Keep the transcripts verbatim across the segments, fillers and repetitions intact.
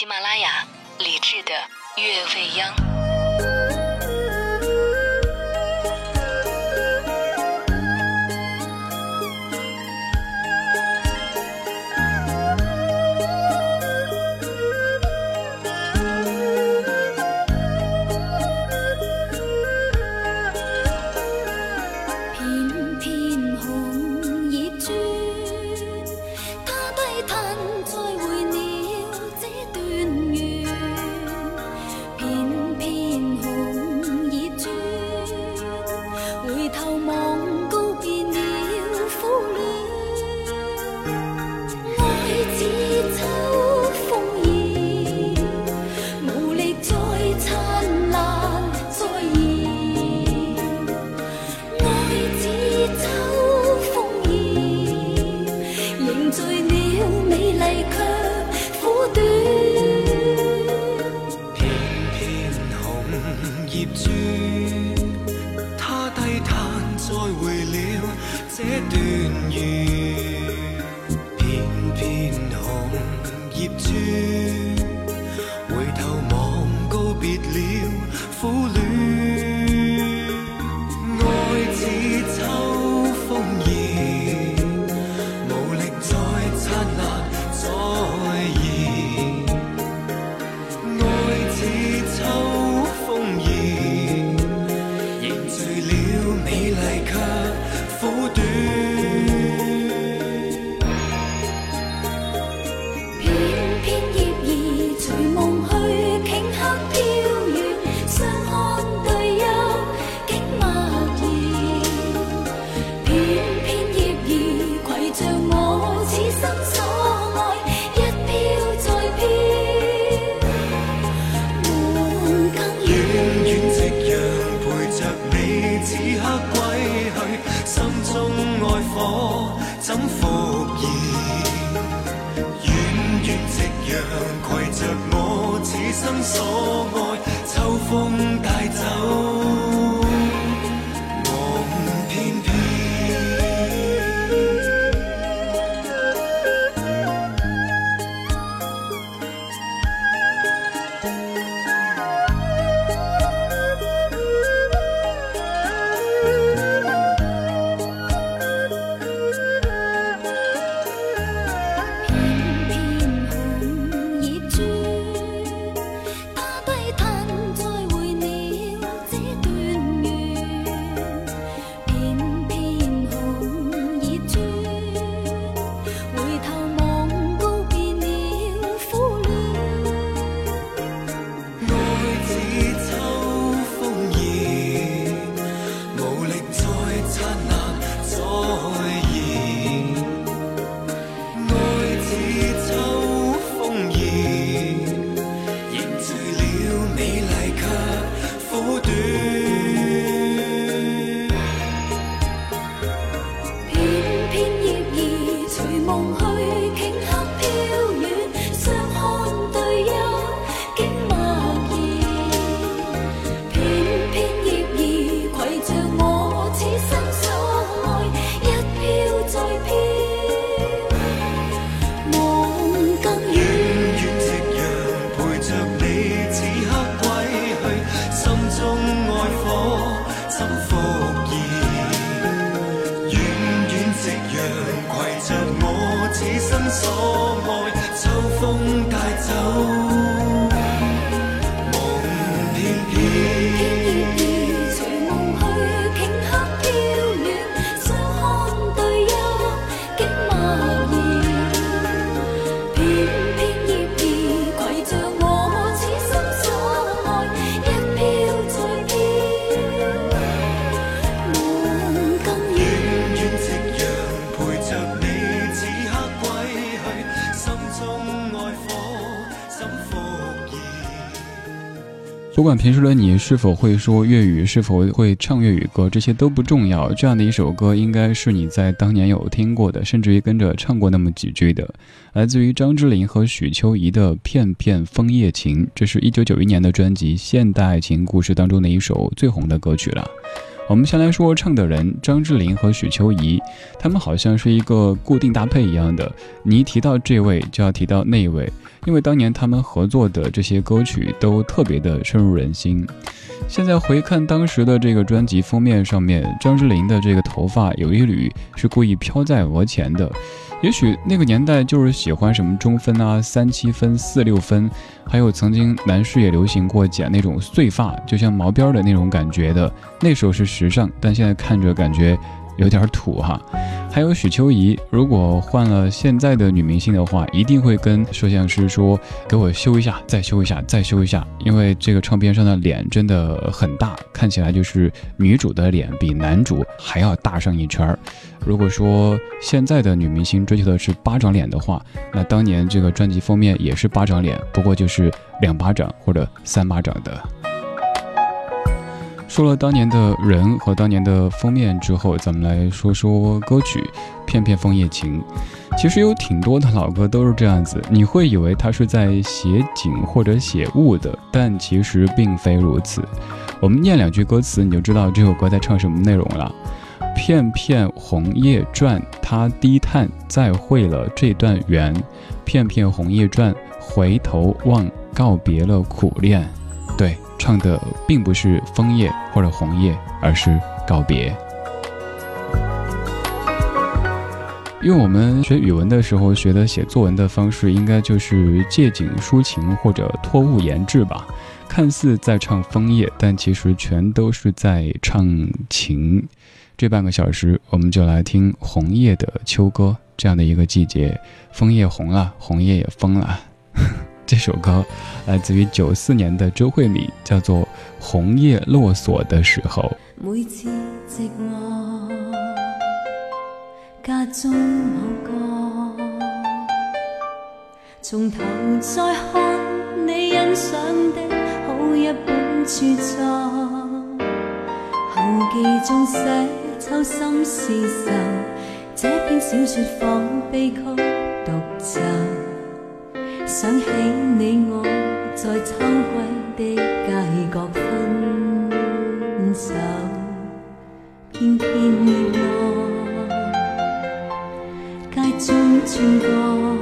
喜马拉雅李志的月未央。 不管平时的你是否会说粤语，是否会唱粤语歌，这些都不重要。这样的一首歌应该是你在当年有听过的，甚至于跟着唱过那么几句的，来自于张智霖和许秋怡的《片片枫叶情》，这是一九九一年的专辑《现代爱情故事》当中的一首最红的歌曲了。我们先来说唱的人，张智霖和许秋怡，他们好像是一个固定搭配一样的，你一提到这位就要提到那位， 因为当年他们合作的这些歌曲都特别的深入人心。现在回看当时的这个专辑封面上面，张智霖的这个头发有一缕是故意飘在额前的，也许那个年代就是喜欢什么中分啊、三七分、四六分，还有曾经男士也流行过剪那种碎发，就像毛边的那种感觉的，那时候是时尚，但现在看着感觉有点土哈。还有许秋怡，如果换了现在的女明星的话，一定会跟摄像师说给我修一下，再修一下，再修一下，因为这个唱片上的脸真的很大，看起来就是女主的脸比男主还要大上一圈。如果说现在的女明星追求的是巴掌脸的话，那当年这个专辑封面也是巴掌脸，不过就是两巴掌或者三巴掌的。说了当年的人和当年的封面之后，咱们来说说歌曲《片片枫叶情》。其实有挺多的老歌都是这样子，你会以为他是在写景或者写物的，但其实并非如此。我们念两句歌词，你就知道这首歌在唱什么内容了。片片红叶转，他低叹再会了这段缘，片片红叶转，回头望告别了苦恋。对，唱的并不是枫叶或者红叶，而是告别。因为我们学语文的时候学的写作文的方式，应该就是借景抒情或者托物言志吧。看似在唱枫叶，但其实全都是在唱情。这半个小时，我们就来听红叶的秋歌，这样的一个季节，枫叶红了，红叶也疯了。这首歌来自于九四年的周慧敏，叫做《红叶落锁的时候》。 每次寂寞，家中某個，從頭再看你欣賞的好一本著作，後記中寫秋心事愁，這篇小說仿悲曲獨奏。想起你我在秋季的街角分手，片片葉落，街中轉過，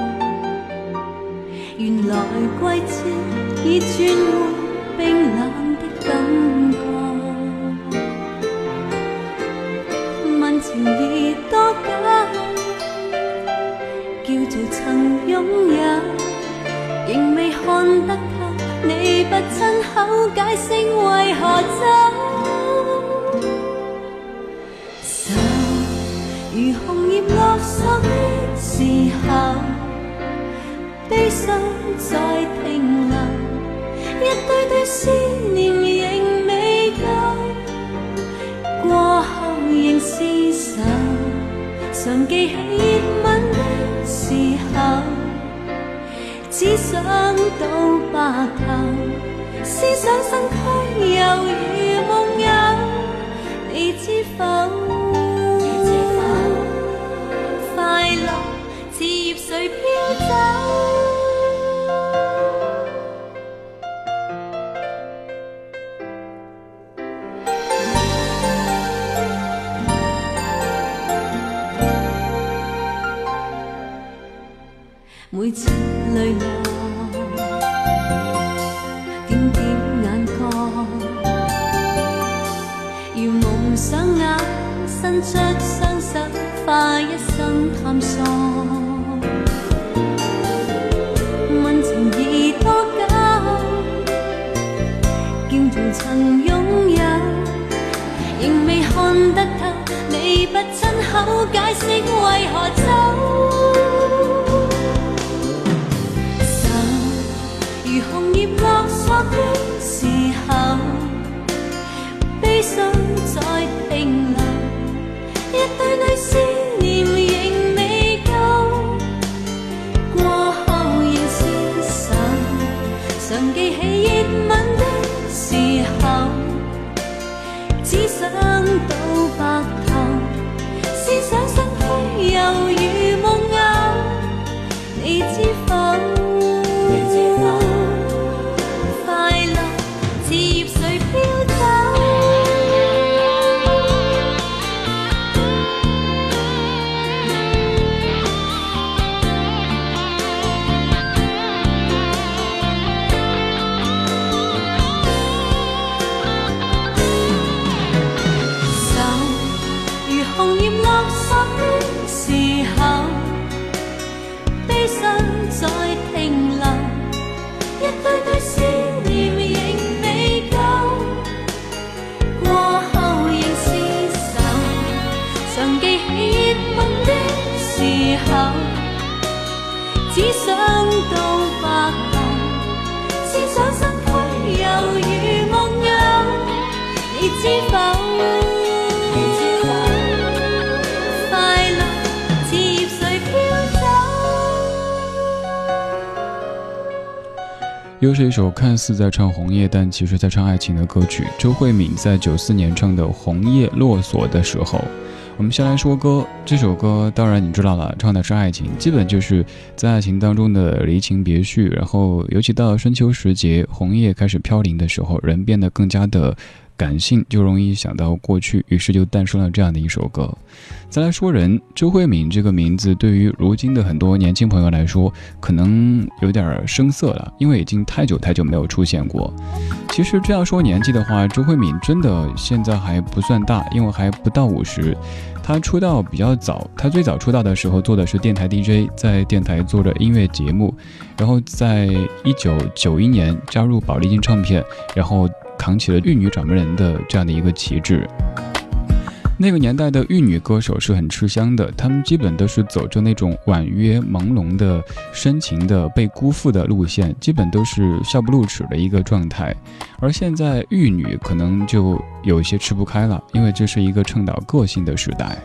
原來季節已轉換冰冷的感覺，問情意多假，叫做曾擁有，仍未看得透，你不親口解釋為何走。愁如紅葉落鎖的時候，悲傷在停留，一堆堆思念仍未夠，過後仍是愁，常記起熱吻的時候，只想到白頭，思想身軀猶如夢遊，你知否？你知否？快樂似葉隨飄走。每次淚落，點點眼角，如夢想眼伸出雙手，花一生探索。問情意多久，叫做曾擁有，仍未看得透，你不親口解釋為何走。如紅葉落鎖的時候，悲傷在停留，一堆堆思念仍未夠，過後仍是愁，常記起熱吻的時候，只想到白頭，思想身軀猶如夢遊，你知否？ 又是一首看似在唱红叶，但其实在唱爱情的歌曲。周慧敏在九四年唱的《红叶落锁》的时候，我们先来说歌。这首歌当然你知道了，唱的是爱情，基本就是在爱情当中的离情别绪。然后尤其到了春秋时节，红叶开始飘零的时候，人变得更加的感性，就容易想到过去，于是就诞生了这样的一首歌。再来说人，周慧敏这个名字对于如今的很多年轻朋友来说可能有点生涩了，因为已经太久太久没有出现过。其实这样说年纪的话，周慧敏真的现在还不算大，因为还不到五十。她出道比较早，她最早出道的时候做的是电台 D J， 在电台做着音乐节目，然后在一九九一年加入宝丽金唱片，然后扛起了玉女掌门人的这样的一个旗帜。那个年代的玉女歌手是很吃香的，她们基本都是走着那种婉约朦胧的深情的被辜负的路线，基本都是笑不露齿的一个状态。而现在玉女可能就有些吃不开了，因为这是一个倡导个性的时代。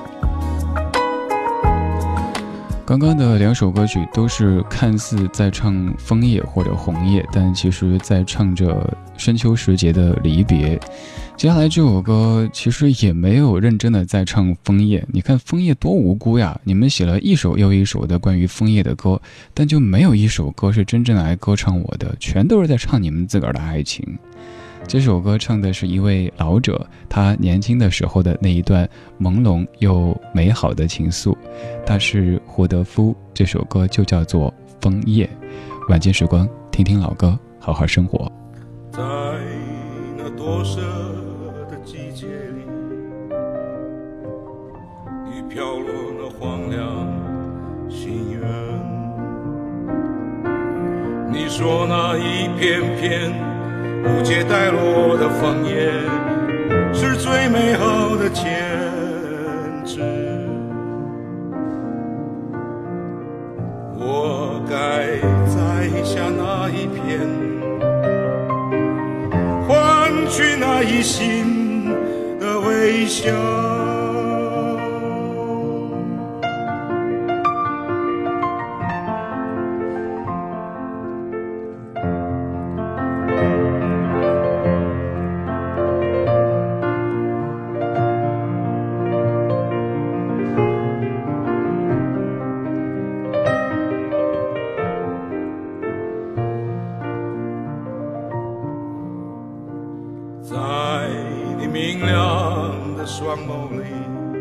刚刚的两首歌曲都是看似在唱枫叶或者红叶，但其实在唱着深秋时节的离别。接下来这首歌其实也没有认真的在唱枫叶，你看枫叶多无辜呀，你们写了一首又一首的关于枫叶的歌，但就没有一首歌是真正来歌唱我的，全都是在唱你们自个儿的爱情。这首歌唱的是一位老者，他年轻的时候的那一段朦胧又美好的情愫，他是胡德夫，这首歌就叫做枫叶。晚间时光，听听老歌，好好生活。 在那多舍的季节里，你飘落那荒凉心愿，你说那一片片不解带落的枫叶是最美好的牵制，我该摘下那一片，换取那一心的微笑。明亮的双眸里，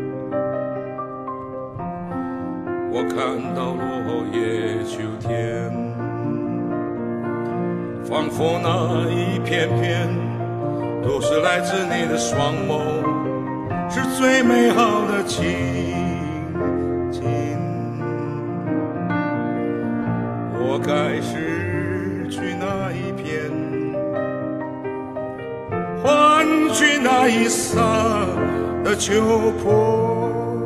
我看到落叶秋天，仿佛那一片片都是来自你的双眸，是最美好的情景。我该失去那一片，换取那一洒的秋波。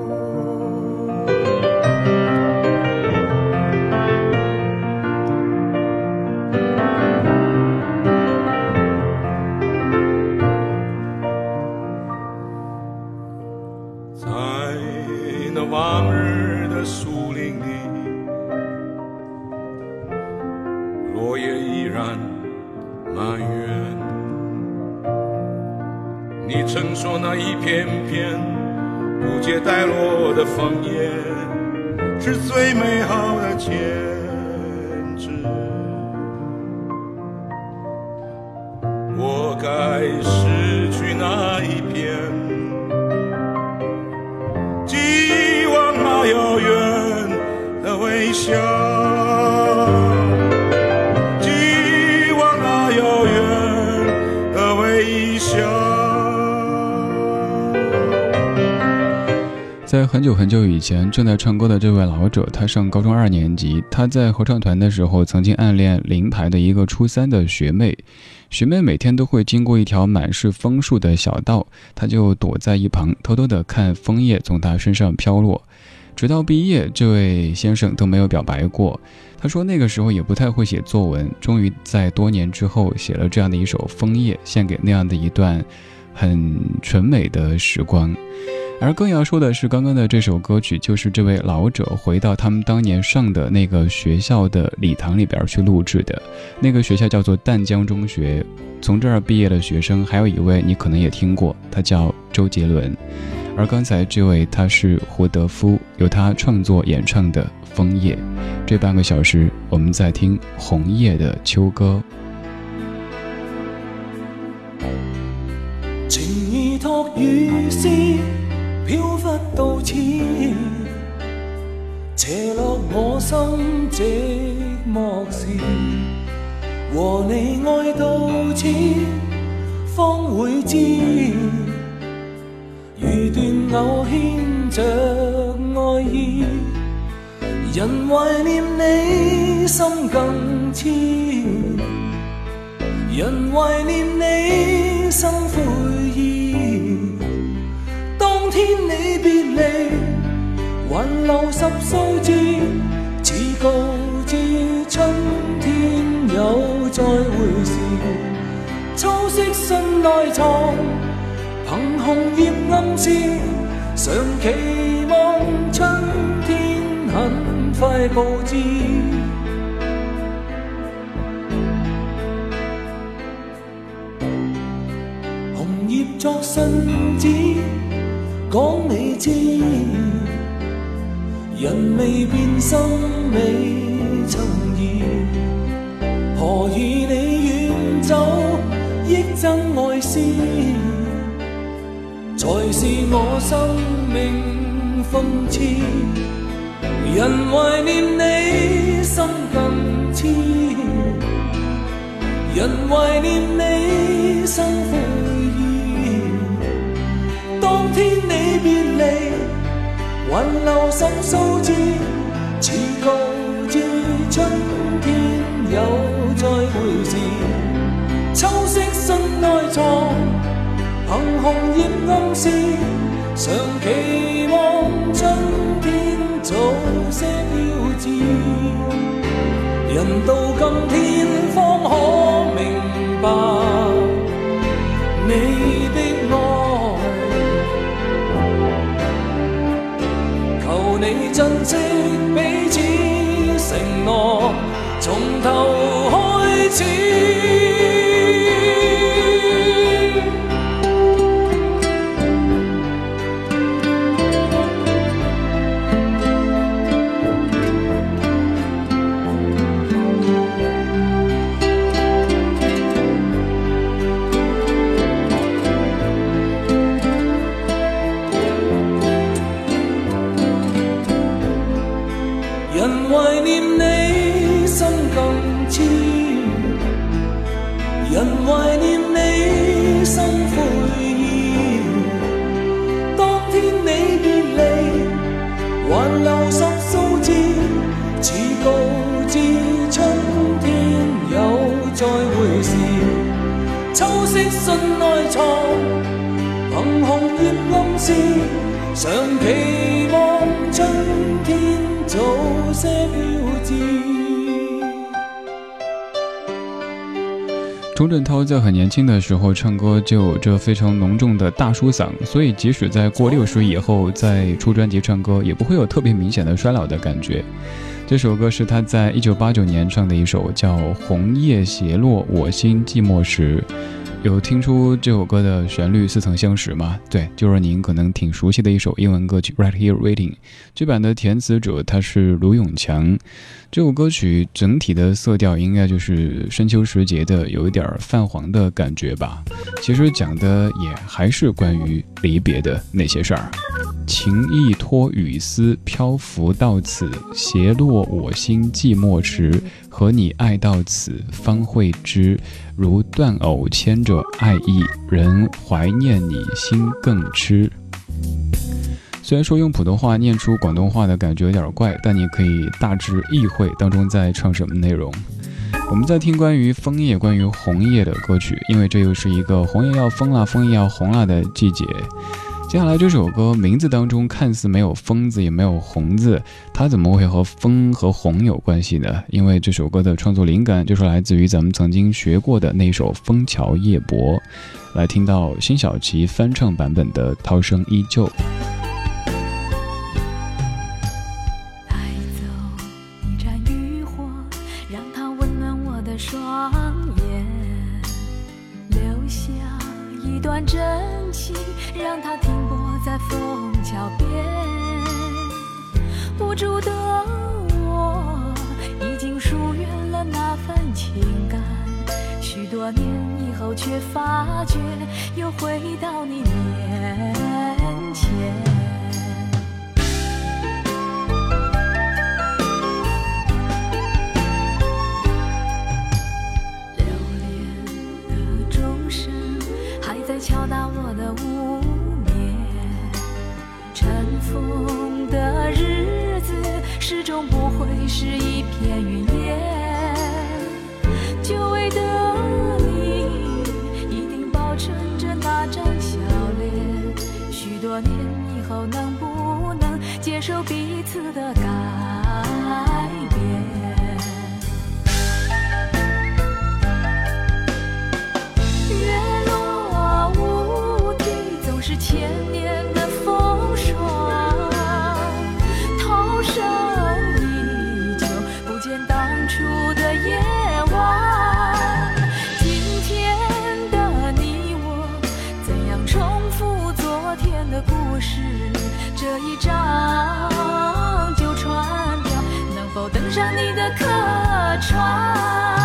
在那往日的树林里，落叶依然满园。你曾说那一片片不解带落的枫叶是最美好的牵制，我该失去那一片，寄望那遥远的微笑，寄望那遥远的微笑。 在很久很久以前，正在唱歌的这位老者，他上高中二年级，他在合唱团的时候曾经暗恋邻排的一个初三的学妹。学妹每天都会经过一条满是枫树的小道，他就躲在一旁偷偷地看枫叶从他身上飘落。直到毕业，这位先生都没有表白过。他说那个时候也不太会写作文，终于在多年之后写了这样的一首枫叶，献给那样的一段很纯美的时光。 而更要说的是，刚刚的这首歌曲就是这位老者回到他们当年上的那个学校的礼堂里边去录制的。那个学校叫做淡江中学，从这儿毕业的学生还有一位你可能也听过，他叫周杰伦。而刚才这位他是胡德夫，由他创作演唱的《枫叶》。这半个小时我们在听红叶的秋歌。 情意託雨絲飄忽到此，斜落我心寂寞時，和你愛到此方會知，如斷偶牽着愛意，人懷念你心更痴，人懷念你心灰意，當天你別離，還留十數字，似告知春天有再會時。秋色信內藏，憑紅葉暗示，常期望春天很快告知。作信紙講你知，人未變心未曾移，何以你遠走憶憎愛思，才是我生命諷刺，人懷念你心更痴，人懷念你心灰意，當天你別離，還留十數字，似告知春天有再會時。秋色信內藏，憑紅葉暗示，常期望春天早些標誌。人到今天方可明白你的愛，求你珍惜彼此承諾，從頭開始。懷念你心更痴，人懷念你心灰意，當天你別離，還留十數字，似告知春天有再會時。秋色信內藏，憑紅葉暗示，常期望春天早些標誌。 钟镇涛在很年轻的时候唱歌就有着非常浓重的大叔嗓，所以即使在过六十以后再出专辑唱歌，也不会有特别明显的衰老的感觉。这首歌是他在一九八九年唱的一首叫《红叶斜落我心寂寞时》。有听出这首歌的旋律似曾相识吗？对，就是您可能挺熟悉的一首英文歌曲 Right Here Waiting。 这版的填词者他是卢永强。这首歌曲整体的色调应该就是深秋时节的有一点泛黄的感觉吧。其实讲的也还是关于离别的那些事儿。情意托雨丝漂浮到此，斜落我心寂寞时，和你爱到此方会知，如断偶牵着爱意，人怀念你心更痴。虽然说用普通话念出广东话的感觉有点怪，但你可以大致意会当中在唱什么内容。我们在听关于枫叶关于红叶的歌曲，因为这又是一个红叶要枫了枫叶要红了的季节。接下来这首歌名字当中看似没有枫字也没有红字，它怎么会和枫和红有关系呢？因为这首歌的创作灵感就是来自于咱们曾经学过的那首《枫桥夜泊》。来听到辛晓琪翻唱版本的《涛声依旧》。 双眼，留下一段真情，让它停泊在枫桥边。无助的我已经疏远了那份情感，许多年以后却发觉又回到你面前。敲打我的无眠，尘封的日子始终不会是一片云烟。久违的你一定保存着那张笑脸，许多年以后能不能接受彼此的改变？是千年的风霜，涛声依旧，不见当初的夜晚。今天的你我，怎样重复昨天的故事？这一张旧船票，能否登上你的客船？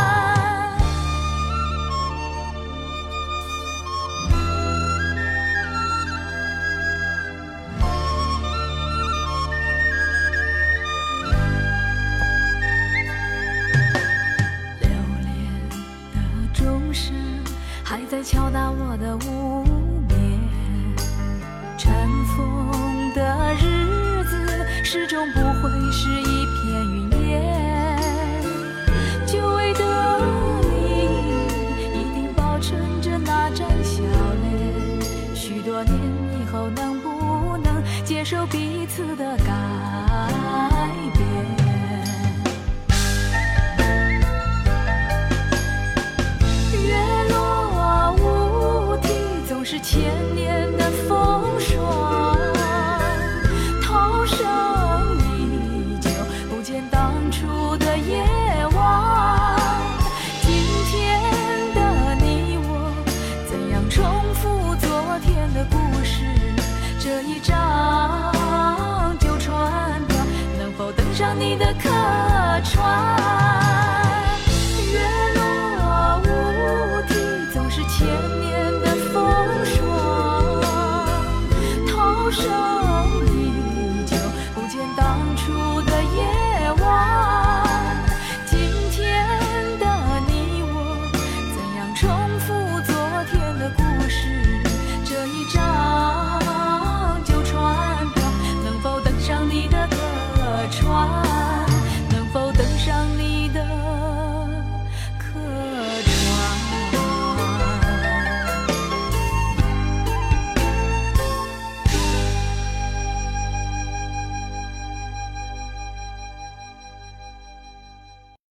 还在敲打我的无眠，尘封的日子始终不会是